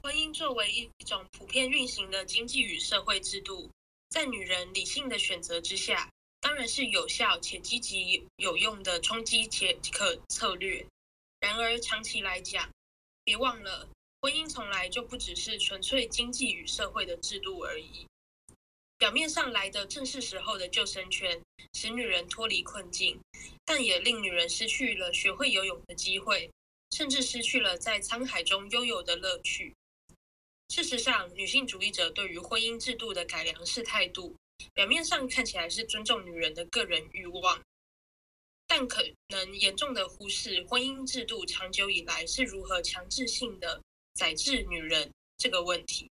婚姻作为一种普遍运行的经济与社会制度，在女人理性的选择之下，当然是有效且积极有用的冲击且可策略。然而长期来讲，别忘了，婚姻从来就不只是纯粹经济与社会的制度而已。表面上来的正是时候的救生圈，使女人脱离困境，但也令女人失去了学会游泳的机会，甚至失去了在沧海中悠游的乐趣。事实上，女性主义者对于婚姻制度的改良式态度，表面上看起来是尊重女人的个人欲望，但可能严重的忽视婚姻制度长久以来是如何强制性的宰制女人这个问题。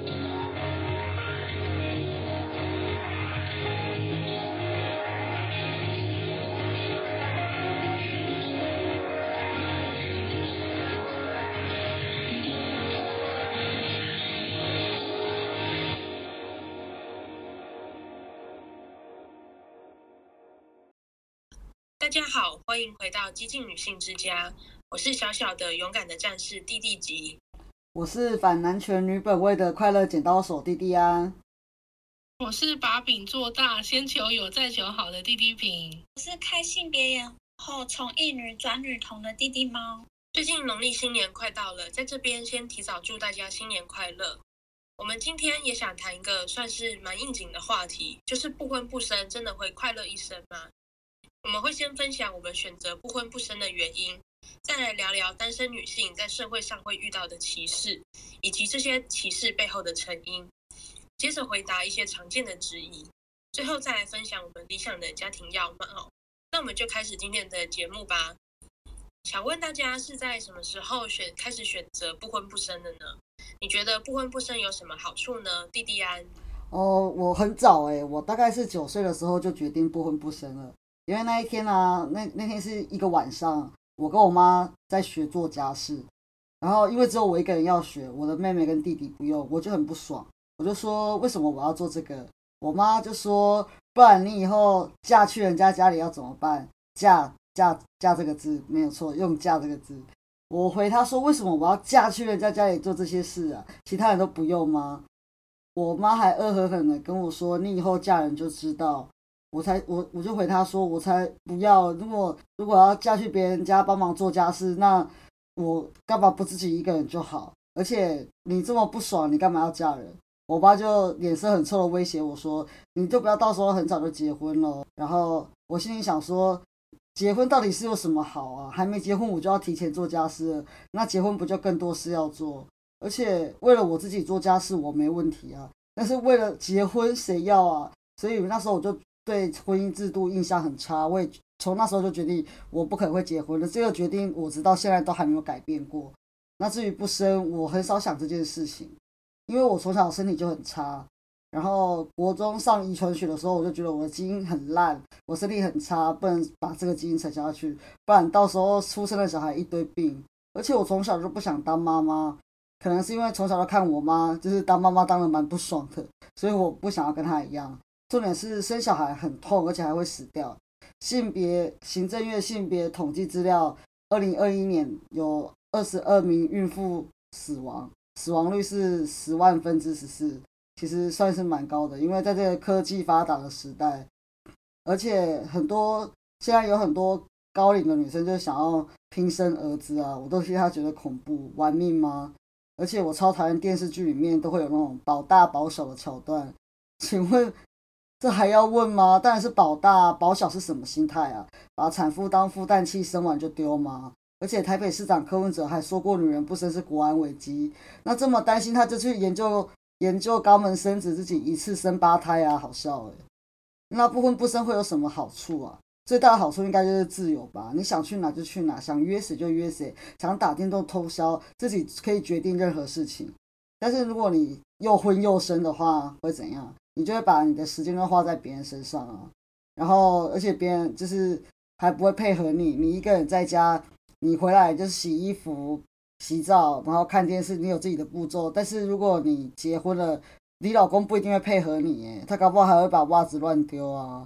大家好，欢迎回到激进女性之家，我是小小的勇敢的战士弟弟吉， 我是反男权女本位的快乐剪刀手弟弟安， 我是把饼做大先求有再求好的弟弟平， 我是开性别眼后从异女转女同的弟弟猫。 最近农历新年快到了，在这边先提早祝大家新年快乐。我们今天也想谈一个算是蛮应景的话题，就是不婚不生真的会快乐一生吗？我们会先分享我们选择不婚不生的原因，再来聊聊单身女性在社会上会遇到的歧视，以及这些歧视背后的成因，接着回答一些常见的质疑，最后再来分享我们理想的家庭样貌。那我们就开始今天的节目吧。想问大家是在什么时候开始选择不婚不生的呢？你觉得不婚不生有什么好处呢？弟弟安。 我很早我大概是9岁的时候就决定不婚不生了。因为那一天啊，那天是一个晚上，我跟我妈在学做家事，然后因为只有我一个人要学，我的妹妹跟弟弟不用，我就很不爽，我就说为什么我要做这个？我妈就说不然你以后嫁去人家家里要怎么办？嫁这个字没有错，用嫁这个字。我回她说为什么我要嫁去人家家里做这些事啊？其他人都不用吗？我妈还恶狠狠的跟我说你以后嫁人就知道。我就回他说，我才不要！如果要嫁去别人家帮忙做家事，那我干嘛不自己一个人就好？而且你这么不爽，你干嘛要嫁人？我爸就脸色很臭的威胁我说，你就不要到时候很早就结婚了。然后我心里想说，结婚到底是有什么好啊？还没结婚我就要提前做家事了，那结婚不就更多事要做？而且为了我自己做家事我没问题啊，但是为了结婚谁要啊？所以那时候我就对婚姻制度印象很差，我也从那时候就决定我不可能会结婚的。这个决定我直到现在都还没有改变过。那至于不生，我很少想这件事情，因为我从小身体就很差，然后国中上遗传学的时候，我就觉得我的基因很烂，我身体很差，不能把这个基因传下去，不然到时候出生的小孩一堆病。而且我从小就不想当妈妈，可能是因为从小就看我妈就是当妈妈当得蛮不爽的，所以我不想要跟她一样。重点是生小孩很痛，而且还会死掉。行政院性别统计资料，2021年有22名孕妇死亡，死亡率是10万分之14，其实算是蛮高的。因为在这个科技发达的时代，而且现在有很多高龄的女生就想要拼生儿子啊，我都替她觉得恐怖，玩命吗？而且我超讨厌电视剧里面都会有那种保大保小的桥段，请问这还要问吗？当然是保大保小是什么心态啊？把产妇当孵蛋器生完就丢吗？而且台北市长柯文哲还说过女人不生是国安危机，那这么担心他就去研究肛门生殖，自己一次生8胎啊，好笑欸。那不婚不生会有什么好处啊？最大的好处应该就是自由吧，你想去哪就去哪，想约谁就约谁，想打电动通宵，自己可以决定任何事情。但是如果你又婚又生的话，会怎样？你就会把你的时间都花在别人身上啊，然后而且别人就是还不会配合你，你一个人在家，你回来就是洗衣服、洗澡，然后看电视，你有自己的步骤。但是如果你结婚了，你老公不一定会配合你，他搞不好还会把袜子乱丢啊。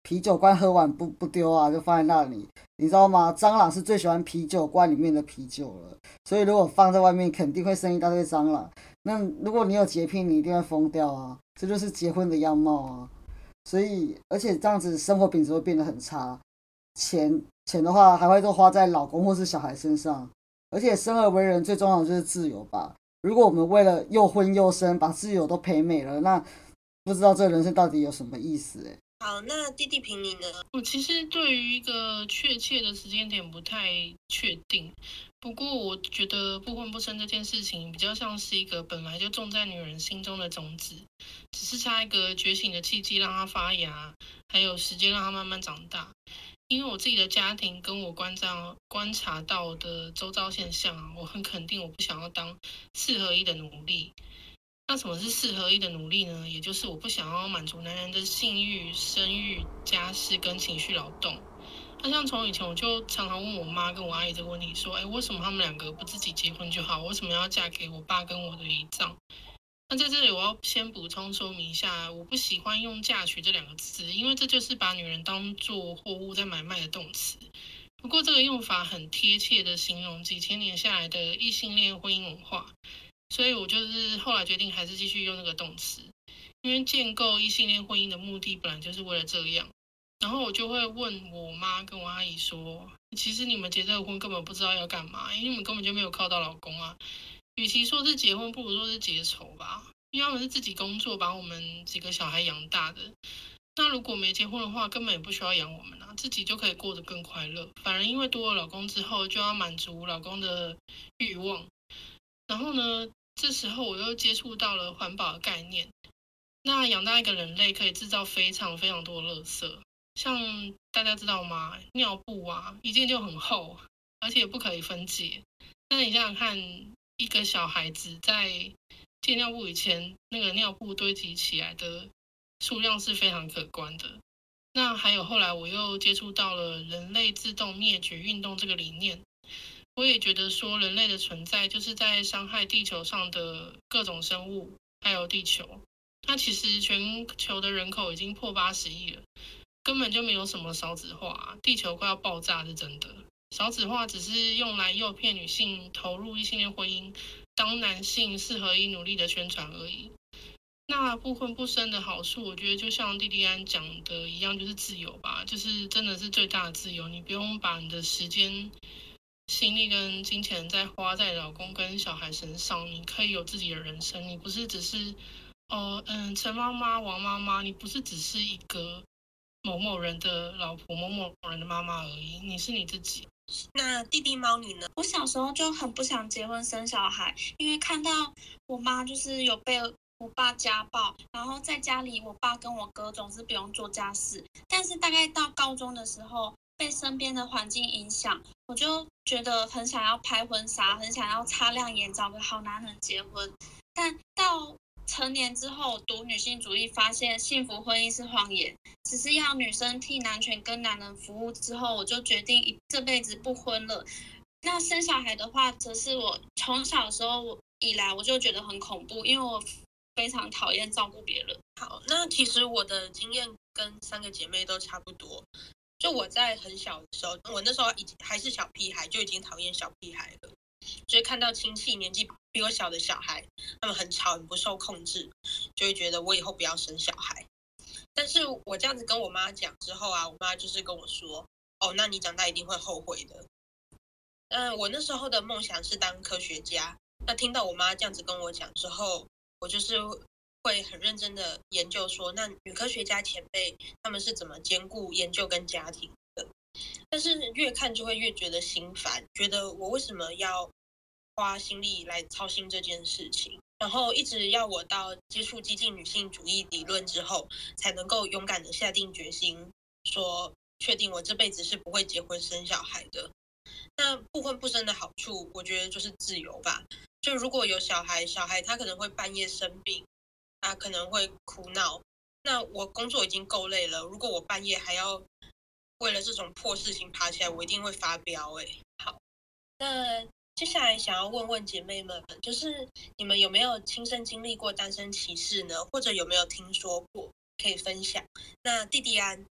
啤酒罐喝完不丢啊，就放在那里，你知道吗？蟑螂是最喜欢啤酒罐里面的啤酒了，所以如果放在外面，肯定会生一大堆蟑螂。那如果你有洁癖，你一定会疯掉啊！这就是结婚的样貌啊！所以，而且这样子生活品质会变得很差，钱的话还会都花在老公或是小孩身上，而且生而为人最重要的就是自由吧。如果我们为了又婚又生，把自由都赔没了，那不知道这人生到底有什么意思欸。 好，那弟弟评你呢？ 我其实对于一个确切的时间点不太确定，不过我觉得不婚不生这件事情比较像是一个本来就种在女人心中的种子，只是差一个觉醒的契机让它发芽，还有时间让它慢慢长大。因为我自己的家庭跟我观察到的周遭现象啊，我很肯定我不想要当4合1的奴隶。那什么是4合1的奴隶呢？也就是我不想要满足男人的性欲、生育、家事跟情绪劳动。那像从以前我就常常问我妈跟我阿姨这个问题，说，为什么他们两个不自己结婚就好？为什么要嫁给我爸跟我的姨丈？那在这里我要先补充说明一下，我不喜欢用嫁娶这2个字，因为这就是把女人当作货物在买卖的动词。不过这个用法很贴切的形容几千年下来的异性恋婚姻文化。所以我就是后来决定还是继续用那个动词，因为建构异性恋婚姻的目的本来就是为了这样。然后我就会问我妈跟我阿姨说，其实你们结这个婚根本不知道要干嘛，因为你们根本就没有靠到老公啊。与其说是结婚，不如说是结仇吧，因为他们是自己工作把我们几个小孩养大的。那如果没结婚的话，根本也不需要养我们啊，自己就可以过得更快乐。反而因为多了老公之后，就要满足老公的欲望。然后呢，这时候我又接触到了环保的概念。那养大一个人类可以制造非常非常多的垃圾，像大家知道吗？尿布啊，一件就很厚，而且不可以分解。那你想想看，一个小孩子在戒尿布以前，那个尿布堆积起来的数量是非常可观的。那还有后来我又接触到了人类自动灭绝运动这个理念。我也觉得说，人类的存在就是在伤害地球上的各种生物，还有地球。那其实全球的人口已经破80亿了，根本就没有什么少子化，地球快要爆炸是真的。少子化只是用来诱骗女性投入异性恋婚姻，当男性4合1努力的宣传而已。那不婚不生的好处，我觉得就像蒂蒂安讲的一样，就是自由吧，就是真的是最大的自由。你不用把你的时间、心力跟金钱再花在老公跟小孩身上，你可以有自己的人生。你不是只是陈妈妈、王妈妈，你不是只是一个某某人的老婆、某某人的妈妈而已，你是你自己。 那弟弟猫你呢？ 我小时候就很不想结婚生小孩，因为看到我妈就是有被我爸家暴，然后在家里我爸跟我哥总是不用做家事。但是大概到高中的时候，被身边的环境影响，我就觉得很想要拍婚纱，很想要擦亮眼找个好男人结婚。但到成年之后读女性主义，发现幸福婚姻是谎言，只是要女生替男权跟男人服务之后，我就决定这辈子不婚了。那生小孩的话，则是我从小的时候以来我就觉得很恐怖，因为我非常讨厌照顾别人。 好，那其实我的经验跟3个姐妹都差不多。就我在很小的时候，我那时候还是小屁孩，就已经讨厌小屁孩了。就是看到亲戚年纪比我小的小孩，他们很吵很不受控制，就会觉得我以后不要生小孩。但是我这样子跟我妈讲之后啊，我妈就是跟我说，哦，那你长大一定会后悔的。我那时候的梦想是当科学家。那听到我妈这样子跟我讲之后，我就是会很认真的研究说，那女科学家前辈他们是怎么兼顾研究跟家庭的。但是越看就会越觉得心烦，觉得我为什么要花心力来操心这件事情，然后一直要我到接触激进女性主义理论之后，才能够勇敢的下定决心，说确定我这辈子是不会结婚生小孩的。那不婚不生的好处，我觉得就是自由吧。就如果有小孩他可能会半夜生病，他可能会哭闹，那我工作已经够累了，如果我半夜还要为了这种破事情爬起来，我一定会发飙好，那接下来想要问问姐妹们，就是你们有没有亲身经历过单身歧视呢？或者有没有听说过可以分享？那弟弟安，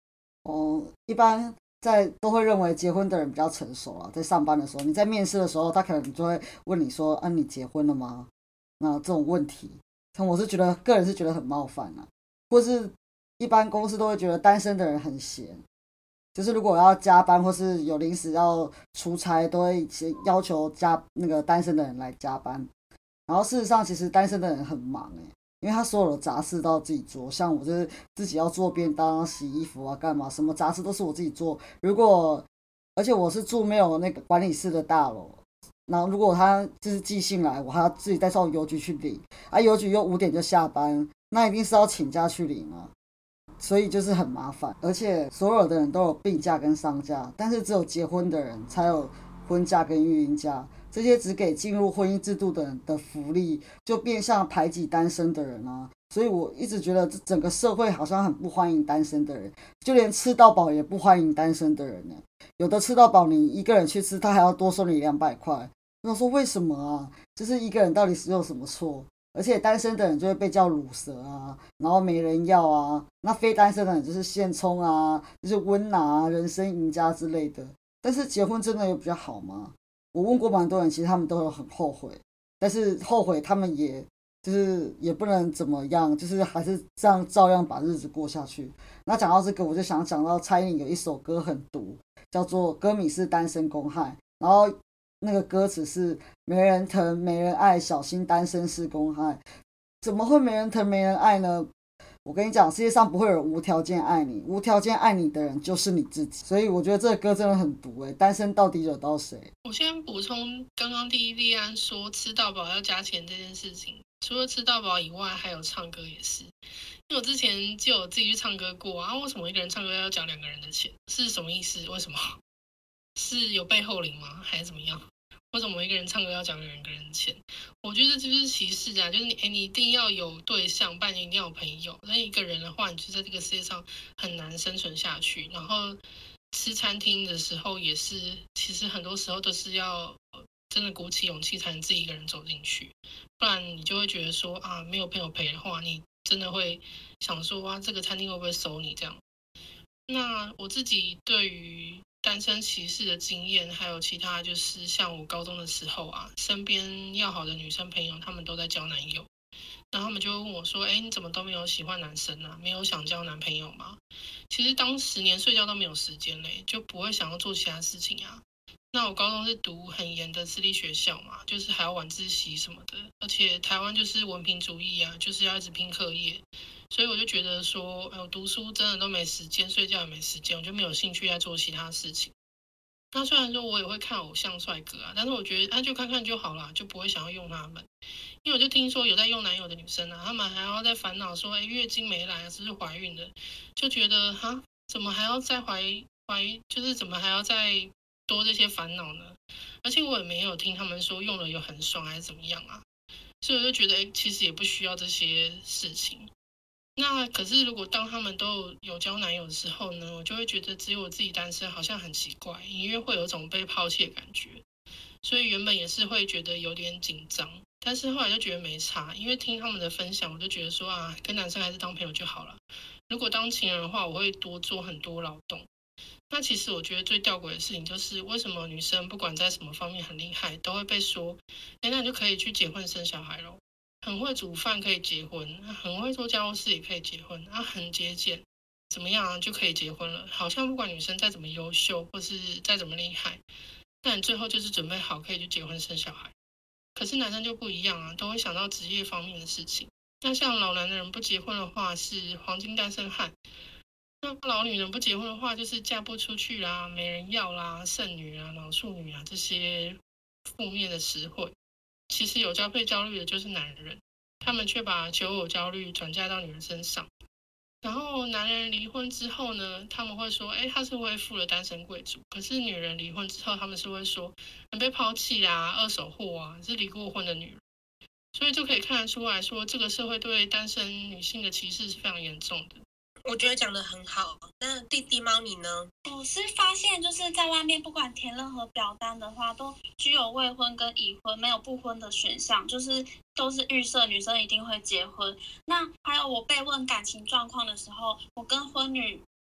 一般都会认为结婚的人比较成熟啊，在上班的时候，你在面试的时候，他可能就会问你说，你结婚了吗？那这种问题，我是个人是觉得很冒犯啊，或是一般公司都会觉得单身的人很闲，就是如果要加班或是有临时要出差，都会要求那个单身的人来加班。然后事实上，其实单身的人很忙因为他所有的杂事都要自己做，像我就是自己要做便当、洗衣服啊、干嘛，什么杂事都是我自己做。而且我是住没有那个管理室的大楼，然后如果他就是寄信来，我还要自己再上邮局去领，邮局又5点就下班，那一定是要请假去领啊。所以就是很麻烦，而且所有的人都有病假跟丧假，但是只有结婚的人才有婚假跟育婴假，这些只给进入婚姻制度的人的福利，就变相排挤单身的人啊。所以我一直觉得这整个社会好像很不欢迎单身的人，就连吃到饱也不欢迎单身的人有的吃到饱你一个人去吃，他还要多收你200块。我说为什么啊？就是一个人到底是有什么错？而且单身的人就会被叫乳蛇啊，然后没人要啊。那非单身的人就是现充啊，就是温拿啊、人生赢家之类的。但是结婚真的有比较好吗？我问过蛮多人，其实他们都有很后悔，但是后悔他们也不能怎么样，就是还是这样照样把日子过下去。那讲到这个，我就想讲到蔡依林有一首歌很毒，叫做歌名是《单身公害》，然后那个歌词是没人疼没人爱，小心单身是公害。怎么会没人疼没人爱呢？我跟你讲，世界上不会有人无条件爱你，无条件爱你的人就是你自己。所以我觉得这个歌真的很毒单身到底惹到谁？ 我先补充刚刚第一例案说吃到饱要加钱这件事情，除了吃到饱以外，还有唱歌也是。因为我之前就有自己去唱歌过啊，为什么一个人唱歌要缴2个人的钱？是什么意思？为什么？是有背后灵吗？还是怎么样？为什么一个人唱歌要讲2个人的钱？我觉得这就是歧视啊！就是你一定要有对象，不然你一定要有朋友。那一个人的话，你就在这个世界上很难生存下去。然后吃餐厅的时候也是，其实很多时候都是要真的鼓起勇气才能自己一个人走进去，不然你就会觉得说啊，没有朋友陪的话，你真的会想说哇，这个餐厅会不会收你这样？那我自己对于单身歧视的经验，还有其他就是像我高中的时候啊，身边要好的女生朋友，她们都在交男友，然后他们就会问我说，你怎么都没有喜欢男生啊？没有想交男朋友吗？其实当时连睡觉都没有时间嘞，就不会想要做其他事情啊。那我高中是读很严的私立学校嘛，就是还要晚自习什么的，而且台湾就是文凭主义啊，就是要一直拼课业，所以我就觉得说，我读书真的都没时间，睡觉也没时间，我就没有兴趣在做其他事情。那虽然说我也会看偶像帅哥啊，但是我觉得就看看就好啦，就不会想要用他们。因为我就听说有在用男友的女生啊，她们还要在烦恼说，月经没来是不是怀孕的，就觉得怎么还要再就是怎么还要再多这些烦恼呢？而且我也没有听他们说用了有很爽还是怎么样啊，所以我就觉得其实也不需要这些事情。那可是如果当他们都有交男友的时候呢，我就会觉得只有我自己单身好像很奇怪，隐约会有种被抛弃的感觉，所以原本也是会觉得有点紧张，但是后来就觉得没差，因为听他们的分享，我就觉得说跟男生还是当朋友就好了。如果当情人的话，我会多做很多劳动。那其实我觉得最吊诡的事情就是，为什么女生不管在什么方面很厉害，都会被说，那你就可以去结婚生小孩咯，很会煮饭可以结婚，很会做家务事也可以结婚，很节俭，怎么样就可以结婚了？好像不管女生再怎么优秀，或是再怎么厉害，那你最后就是准备好可以去结婚生小孩。可是男生就不一样啊，都会想到职业方面的事情。那像老男人不结婚的话是黄金单身汉，那老女人不结婚的话就是嫁不出去啦，没人要啦，剩女啊、老处女啊这些负面的词汇。其实有交配焦虑的就是男人，他们却把求偶焦虑转嫁到女人身上。然后男人离婚之后呢，他们会说他是恢复了单身贵族，可是女人离婚之后，他们是会说你被抛弃啊，二手货啊，是离过婚的女人。所以就可以看得出来说，这个社会对单身女性的歧视是非常严重的。 我觉得讲得很好。那弟弟猫你呢？ 我是发现就是在外面不管填任何表单的话，都只有未婚跟已婚，没有不婚的选项，就是都是预设女生一定会结婚。那还有我被问感情状况的时候，我跟婚女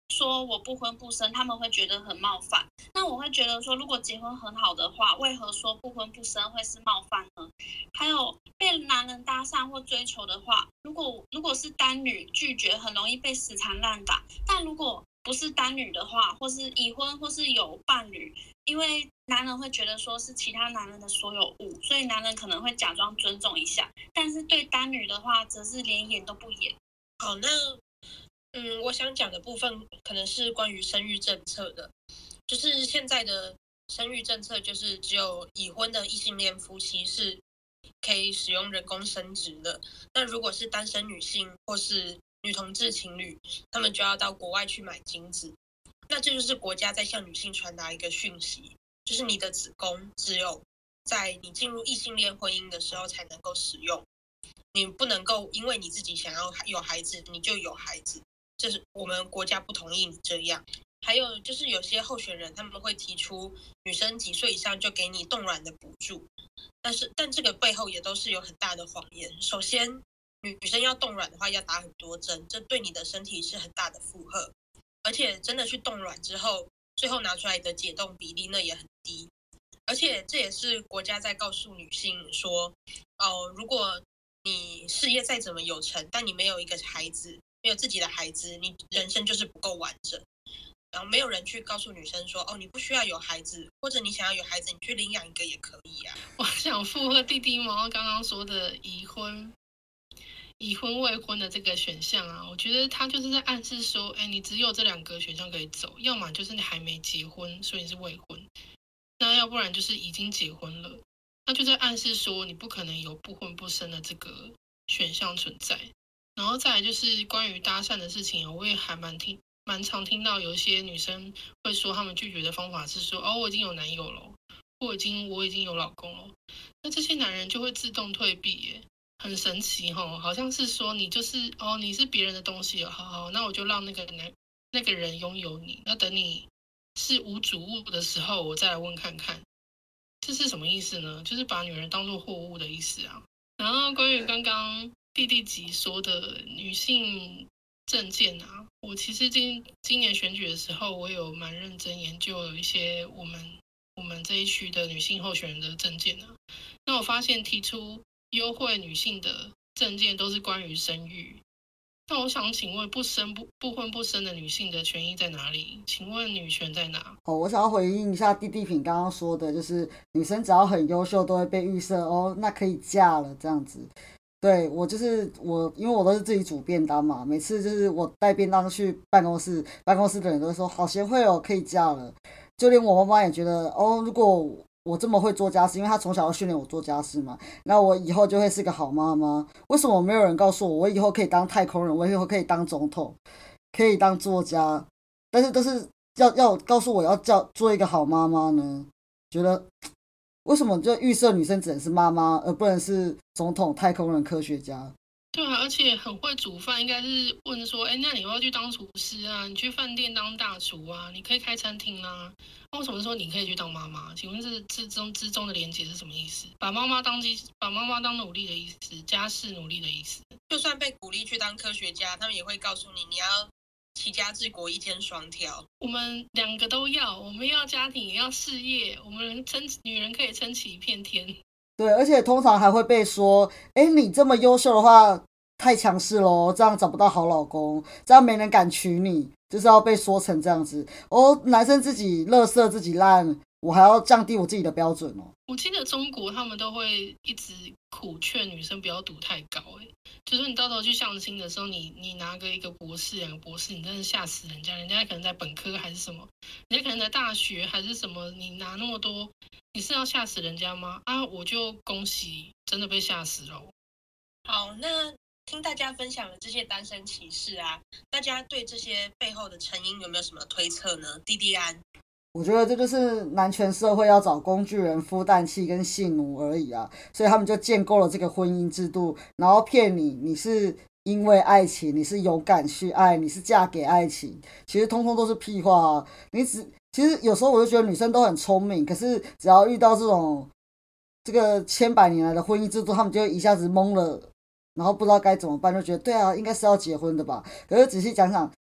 说我不婚不生，他们会觉得很冒犯。那我会觉得说，如果结婚很好的话，为何说不婚不生会是冒犯呢？还有被男人搭讪或追求的话，如果是单女拒绝，很容易被死缠烂打。但如果不是单女的话，或是已婚或是有伴侣，因为男人会觉得说是其他男人的所有物，所以男人可能会假装尊重一下。但是对单女的话，则是连演都不演。 好，那我想讲的部分可能是关于生育政策的，就是现在的生育政策就是只有已婚的异性恋夫妻是可以使用人工生殖的。那如果是单身女性或是女同志情侣，他们就要到国外去买精子。那这就是国家在向女性传达一个讯息，就是你的子宫只有在你进入异性恋婚姻的时候才能够使用，你不能够因为你自己想要有孩子你就有孩子，这是我们国家不同意你这样。还有就是有些候选人他们会提出女生几岁以上就给你冻卵的补助，但这个背后也都是有很大的谎言。首先女生要冻卵的话要打很多针，这对你的身体是很大的负荷，而且真的去冻卵之后最后拿出来的解冻比例那也很低。而且这也是国家在告诉女性说如果你事业再怎么有成，但你没有一个孩子，没有自己的孩子，你人生就是不够完整。然后没有人去告诉女生说你不需要有孩子，或者你想要有孩子你去领养一个也可以啊。 我想附和弟弟毛刚刚说的已婚未婚的这个选项啊，我觉得他就是在暗示说，你只有这2个选项可以走，要么就是你还没结婚，所以你是未婚，那要不然就是已经结婚了，那就在暗示说你不可能有不婚不生的这个选项存在。然后再来就是关于搭讪的事情，我也还蛮常听到有一些女生会说，她们拒绝的方法是说，我已经有男友了，我已经有老公了，那这些男人就会自动退避耶，很神奇好像是说你就是你是别人的东西了，好，那我就让那个人拥有你，那等你是无主物的时候，我再来问看看，这是什么意思呢？就是把女人当作货物的意思啊。然后关于刚刚弟弟集说的女性政见啊，我其实今年选举的时候，我有蛮认真研究了一些我们这一区的女性候选人的政见啊。那我发现提出优惠女性的政见都是关于生育。那我想请问，不婚不生的女性的权益在哪里？请问女权在哪？ 我想要回应一下弟弟品刚刚说的，就是女生只要很优秀都会被预设那可以嫁了这样子。对，我就是因为我都是自己煮便当嘛，每次就是我带便当去办公室的人都会说好贤惠可以嫁了。就连我妈妈也觉得如果我这么会做家事，因为她从小要训练我做家事嘛，那我以后就会是个好妈妈。为什么没有人告诉我以后可以当太空人，我以后可以当总统，可以当作家，但是都是要告诉我要做一个好妈妈呢？觉得为什么就预设女生只能是妈妈，而不能是总统、太空人、科学家？ 对啊，而且很会煮饭，应该是问说，那你要不要去当厨师啊？你去饭店当大厨啊？你可以开餐厅啊？那为什么说你可以去当妈妈？请问这之中的连结是什么意思？把妈妈当奴隶的意思，家事奴隶的意思。 就算被鼓励去当科学家，他们也会告诉你要齐家治国一肩双挑。 我们2个都要，我们要家庭也要事业，我们女人可以撑起一片天。 对，而且通常还会被说，你这么优秀的话太强势咯，这样找不到好老公，这样没人敢娶你，就是要被说成这样子。男生自己垃圾自己烂，我还要降低我自己的标准哦。 我记得中国他们都会一直苦劝女生不要读太高，就是你到时候去相亲的时候，你拿个1个博士2个博士，你真的吓死人家，人家可能在本科还是什么，人家可能在大学还是什么，你拿那么多，你是要吓死人家吗？我就恭喜，真的被吓死了。 好，那听大家分享的这些单身歧视啊，大家对这些背后的成因有没有什么推测呢？弟弟安， 我觉得这就是男权社会要找工具人、孵蛋器跟性奴而已啊，所以他们就建构了这个婚姻制度，然后骗你是因为爱情，你是勇敢去爱，你是嫁给爱情，其实通通都是屁话啊！其实有时候我就觉得女生都很聪明，可是只要遇到这个千百年来的婚姻制度，他们就一下子懵了，然后不知道该怎么办，就觉得对啊，应该是要结婚的吧？可是仔细想想，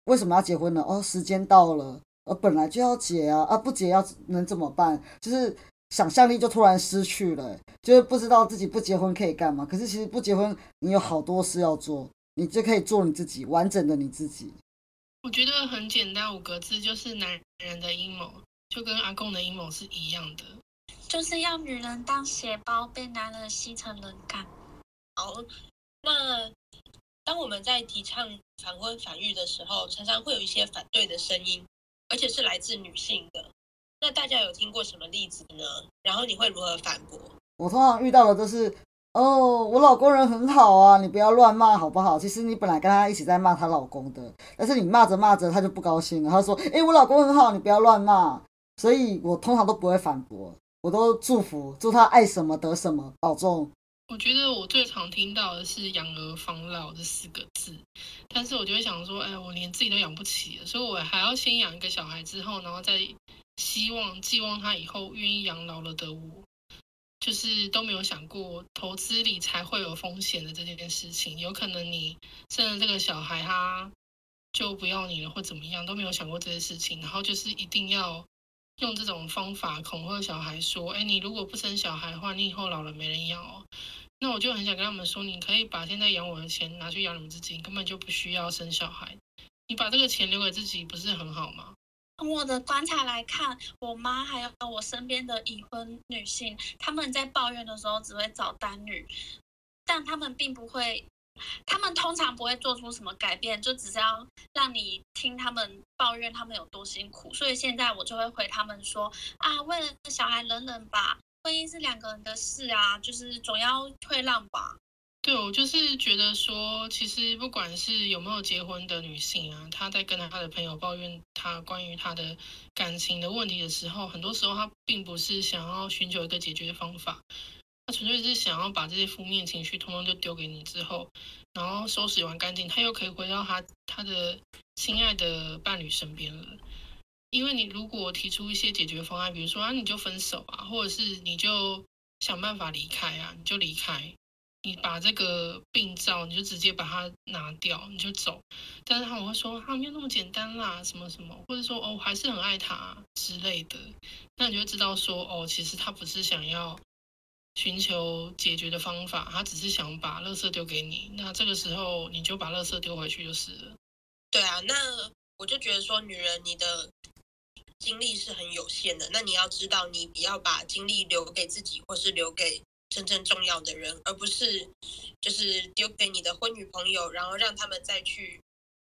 为什么要结婚呢？哦，时间到了，本来就要结啊，不结能怎么办？就是想象力就突然失去了，就是不知道自己不结婚可以干嘛。可是其实不结婚，你有好多事要做，你就可以做你自己，完整的你自己。 我觉得很简单，5个字，就是男人的阴谋，就跟阿公的阴谋是一样的， 就是要女人当血包，被男人吸成人干。 好，那当我们在提倡反婚反育的时候，常常会有一些反对的声音，而且是来自女性的。那大家有听过什么例子呢？然后你会如何反驳？ 我通常遇到的都是，我老公人很好啊，你不要乱骂好不好？其实你本来跟他一起在骂她老公的，但是你骂着骂着他就不高兴了，他说，我老公很好，你不要乱骂。所以我通常都不会反驳，我都祝福，祝他爱什么得什么，保重。 我觉得我最常听到的是养儿防老这4个字，但是我就会想说，我连自己都养不起了，所以我还要先养一个小孩之后，然后再寄望他以后愿意养老了的我，就是都没有想过投资理财会有风险的这件事情，有可能你生了这个小孩他就不要你了或怎么样，都没有想过这些事情，然后就是一定要用这种方法恐吓小孩说，你如果不生小孩的话，你以后老了没人养哦。那我就很想跟他们说，你可以把现在养我的钱拿去养你们自己，你根本就不需要生小孩，你把这个钱留给自己不是很好吗？ 从我的观察来看，我妈还有我身边的已婚女性，她们在抱怨的时候只会找单女，但她们并不会，她们通常不会做出什么改变，就只是要让你听她们抱怨她们有多辛苦。所以现在我就会回她们说啊，为了小孩忍忍吧，婚姻是2个人的事啊，就是总要退让吧。 对，我就是觉得说，其实不管是有没有结婚的女性啊，她在跟她的朋友抱怨她关于她的感情的问题的时候，很多时候她并不是想要寻求一个解决方法，她纯粹是想要把这些负面情绪通通就丢给你之后，然后收拾完干净，她又可以回到她的心爱的伴侣身边了。因为你如果提出一些解决方案，比如说你就分手啊，或者是你就想办法离开啊，你就离开。你把这个病灶，你就直接把它拿掉，你就走。但是他们会说，没有那么简单啦，什么什么，或者说我还是很爱他之类的。那你就知道说，其实他不是想要寻求解决的方法，他只是想把垃圾丢给你。那这个时候你就把垃圾丢回去就是了。 对啊，那我就觉得说，女人你的精力是很有限的，那你要知道，你不要把精力留给自己，或是留给真正重要的人，而不是就是丢给你的婚女朋友，然后让他们再去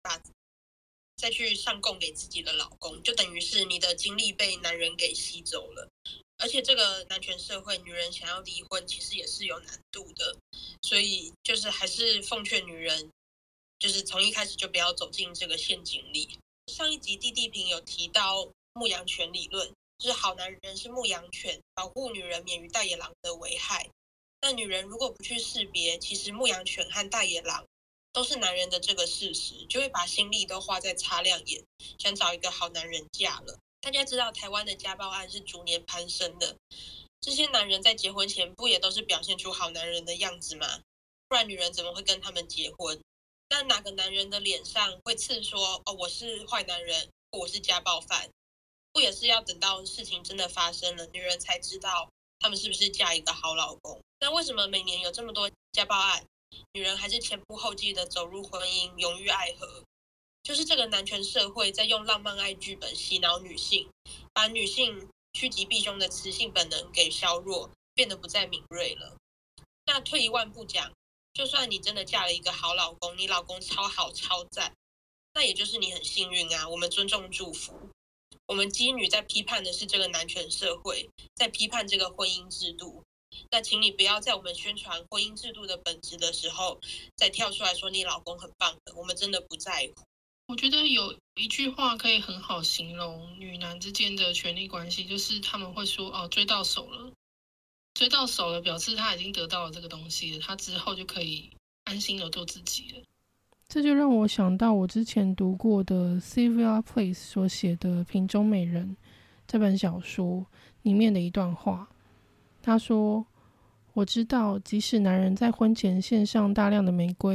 上供给自己的老公，就等于是你的精力被男人给吸走了。而且这个男权社会，女人想要离婚其实也是有难度的，所以就是还是奉劝女人，就是从一开始就不要走进这个陷阱里。上一集弟弟平有提到牧羊犬理论，就是好男人是牧羊犬，保护女人免于大野狼的危害。那女人如果不去识别，其实牧羊犬和大野狼都是男人的这个事实，就会把心力都花在擦亮眼，想找一个好男人嫁了。大家知道台湾的家暴案是逐年攀升的，这些男人在结婚前不也都是表现出好男人的样子吗？不然女人怎么会跟他们结婚？那哪个男人的脸上会刺说我是坏男人，或我是家暴犯？不也是要等到事情真的发生了，女人才知道他们是不是嫁一个好老公？那为什么每年有这么多家暴案，女人还是前仆后继的走入婚姻，永浴爱河？就是这个男权社会在用浪漫爱剧本洗脑女性，把女性趋吉避凶的雌性本能给削弱，变得不再敏锐了。那退一万步讲，就算你真的嫁了一个好老公，你老公超好超赞，那也就是你很幸运啊，我们尊重祝福。我们基女在批判的是这个男权社会，在批判这个婚姻制度。那请你不要在我们宣传婚姻制度的本质的时候，再跳出来说你老公很棒的，我们真的不在乎。 我觉得有一句话可以很好形容女男之间的权力关系，就是他们会说追到手了，追到手了表示他已经得到了这个东西了，他之后就可以安心的做自己了。这就让我想到我之前读过的 Sylvia Plath 所写的《瓶中美人》这本小说里面的一段话。他说，我知道即使男人在婚前献上大量的玫瑰、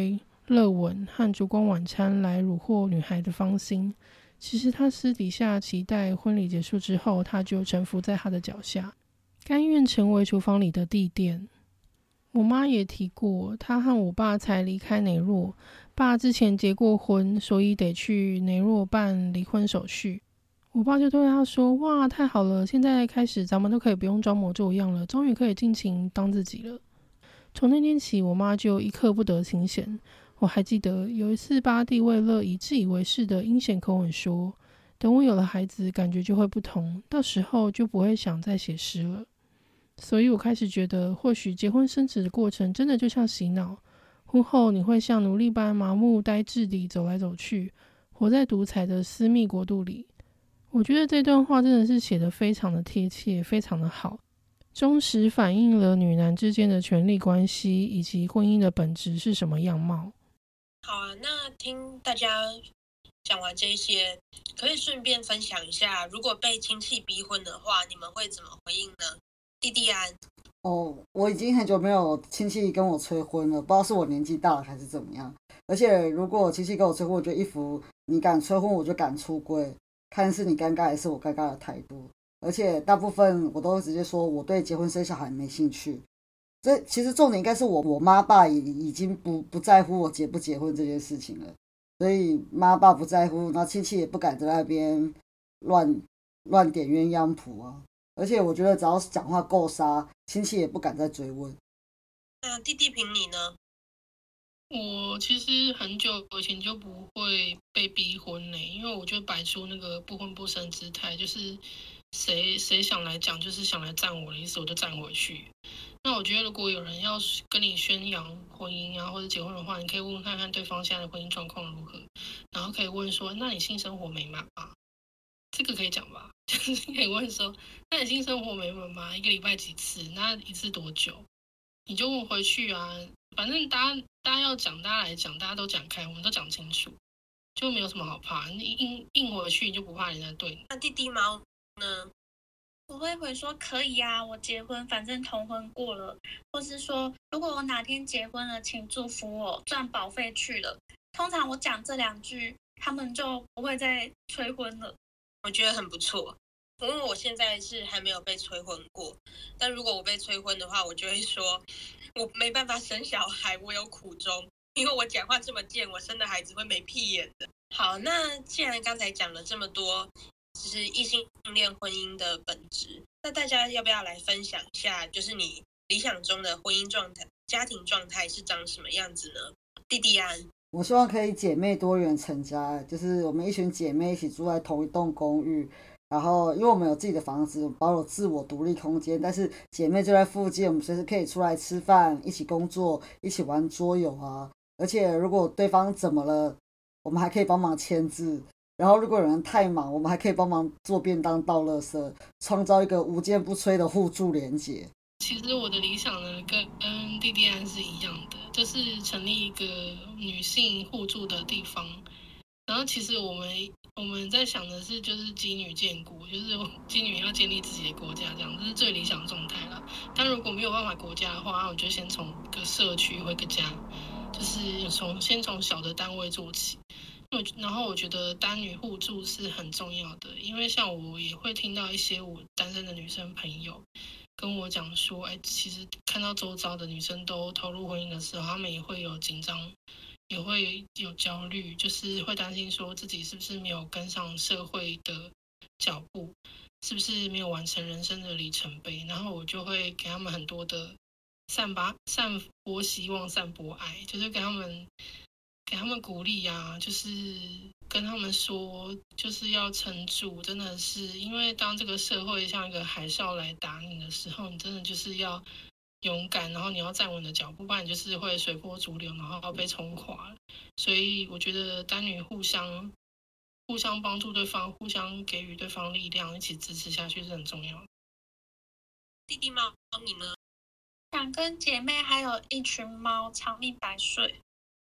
热吻和烛光晚餐来虏获女孩的芳心。其实他私底下期待婚礼结束之后，他就臣服在他的脚下，甘愿成为厨房里的地垫。我妈也提过，她和我爸才离开雷洛，爸之前结过婚，所以得去雷洛办离婚手续。我爸就对他说，哇，太好了，现在开始咱们都可以不用装模作样了，终于可以尽情当自己了。从那天起，我妈就一刻不得清闲。我还记得有一次，巴蒂为了以自以为是的阴险口吻说，等我有了孩子，感觉就会不同，到时候就不会想再写诗了。所以我开始觉得，或许结婚生子的过程真的就像洗脑，婚后你会像奴隶般麻木呆滞地走来走去，活在独裁的私密国度里。我觉得这段话真的是写得非常的贴切，非常的好，忠实反映了女男之间的权力关系以及婚姻的本质是什么样貌。 好啊，那听大家讲完这些，可以顺便分享一下，如果被亲戚逼婚的话，你们会怎么回应呢？蒂蒂安。 我已经很久没有亲戚跟我催婚了，不知道是我年纪大了还是怎么样。而且如果我亲戚跟我催婚，我就一副你敢催婚我就敢出柜，看是你尴尬还是我尴尬的态度。而且大部分我都会直接说我对结婚生小孩没兴趣。这其实重点应该是我妈爸也已经不在乎我结不结婚这件事情了，所以妈爸不在乎，然后亲戚也不敢在那边乱点鸳鸯谱啊。而且我觉得只要是讲话够杀，亲戚也不敢再追问。 那弟弟凭你呢？ 我其实很久以前就不会被逼婚嘞，因为我就摆出那个不婚不生姿态，就是谁想来讲，就是想来站我的意思，我就站回去。那我觉得如果有人要跟你宣扬婚姻啊或者结婚的话，你可以问看看对方现在的婚姻状况如何，然后可以问说，那你性生活美满吗？这个可以讲吧，就是可以问说，那你性生活美满吗？一个礼拜几次？那一次多久？你就问回去啊，反正大家要讲，大家来讲，大家都讲开，我们都讲清楚，就没有什么好怕。你硬回去，你就不怕人家对你。 那弟弟猫呢？ 我会回说可以啊，我结婚，反正同婚过了，或是说如果我哪天结婚了，请祝福我，赚保费去了。通常我讲这2句，他们就不会再催婚了。 我觉得很不错，因为我现在是还没有被催婚过，但如果我被催婚的话，我就会说我没办法生小孩，我有苦衷，因为我讲话这么贱，我生的孩子会没屁眼的。好，那既然刚才讲了这么多，就是异性恋婚姻的本质，那大家要不要来分享一下，就是你理想中的婚姻状态、家庭状态是长什么样子呢？弟弟安。 我希望可以姐妹多元成家，就是我们一群姐妹一起住在同一栋公寓，然后因为我们有自己的房子，保有自我独立空间，但是姐妹就在附近，我们随时可以出来吃饭，一起工作，一起玩桌游啊。而且如果对方怎么了，我们还可以帮忙签字。然后如果有人太忙，我们还可以帮忙做便当、倒垃圾，创造一个无坚不摧的互助连结。 其实我的理想呢，跟蒂蒂安是一样的，就是成立一个女性互助的地方。然后其实我们在想的是，就是基女建国，就是基女要建立自己的国家，这样这是最理想的状态啦。但如果没有办法国家的话，我就先从一个社区或一个家，就是先从小的单位做起。然后我觉得单女互助是很重要的，因为像我也会听到一些我单身的女生朋友跟我讲说，其实看到周遭的女生都投入婚姻的时候，她们也会有紧张，也会有焦虑，就是会担心说自己是不是没有跟上社会的脚步，是不是没有完成人生的里程碑。然后我就会给他们很多的散播希望、散播爱，就是给他们鼓励啊，就是跟他们说，就是要撑住，真的是因为当这个社会像一个海啸来打你的时候，你真的就是要勇敢，然后你要站稳的脚步，不然你就是会随波逐流，然后被冲垮了。所以我觉得单女互相帮助对方，互相给予对方力量，一起支持下去是很重要的。 弟弟猫，你呢？ 想跟姐妹还有一群猫长命百岁。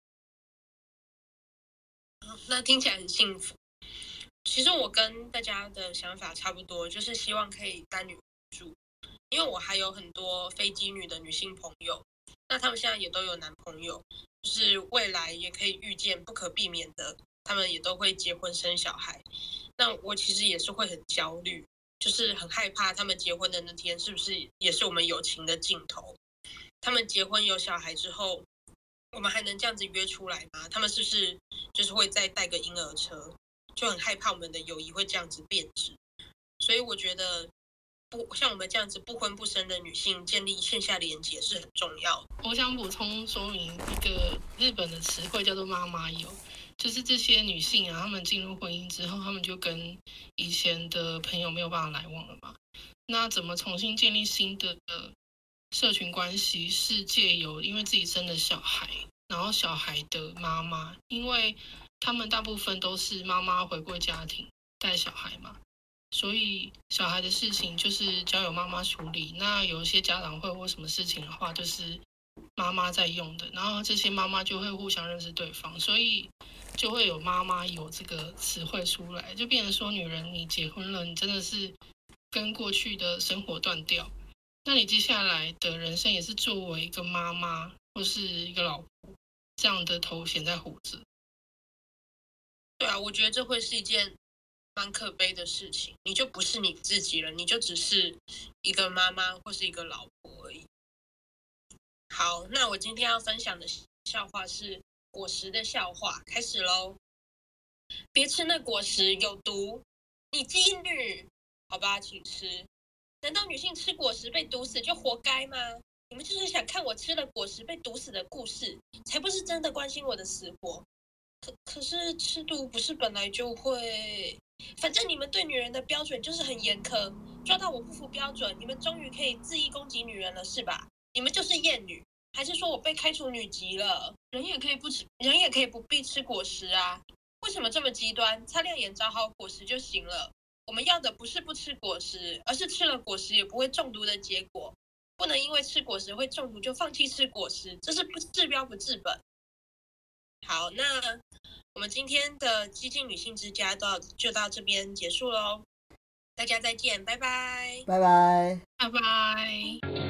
那听起来很幸福。其实我跟大家的想法差不多，就是希望可以单女住，因为我还有很多非基女的女性朋友， 那他们现在也都有男朋友，就是未来也可以预见不可避免的，他们也都会结婚生小孩。那我其实也是会很焦虑，就是很害怕他们结婚的那天是不是也是我们友情的尽头？他们结婚有小孩之后，我们还能这样子约出来吗？他们是不是就是会再带个婴儿车？就很害怕我们的友谊会这样子变质。所以我觉得像我们这样子不婚不生的女性，建立线下连结是很重要的。 我想补充说明一个日本的词汇叫做妈妈友，就是这些女性啊，她们进入婚姻之后，她们就跟以前的朋友没有办法来往了嘛。那怎么重新建立新的社群关系？是借由因为自己生了小孩，然后小孩的妈妈，因为他们大部分都是妈妈回归家庭带小孩嘛，所以小孩的事情就是交由妈妈处理。那有一些家长会或什么事情的话，就是妈妈在用的，然后这些妈妈就会互相认识对方，所以就会有妈妈有这个词汇出来，就变成说女人你结婚了，你真的是跟过去的生活断掉，那你接下来的人生也是作为一个妈妈或是一个老婆这样的头衔在活着。 对啊，我觉得这会是一件蛮可悲的事情，你就不是你自己了，你就只是一个妈妈或是一个老婆而已。好，那我今天要分享的笑话是果实的笑话，开始咯。别吃那果实，有毒，你鸡女。好吧，请吃。难道女性吃果实被毒死就活该吗？你们就是想看我吃了果实被毒死的故事，才不是真的关心我的死活。可是吃毒不是本来就会？反正你们对女人的标准就是很严苛，抓到我不符标准，你们终于可以恣意攻击女人了，是吧？你们就是厌女，还是说我被开除女籍了？人也可以不必吃果实啊？为什么这么极端？擦亮眼找好果实就行了。我们要的不是不吃果实，而是吃了果实也不会中毒的结果。不能因为吃果实会中毒就放弃吃果实，这是不治标不治本。好，那我们今天的激进女性之家就到这边结束喽，大家再见，拜拜， 拜拜， 拜拜。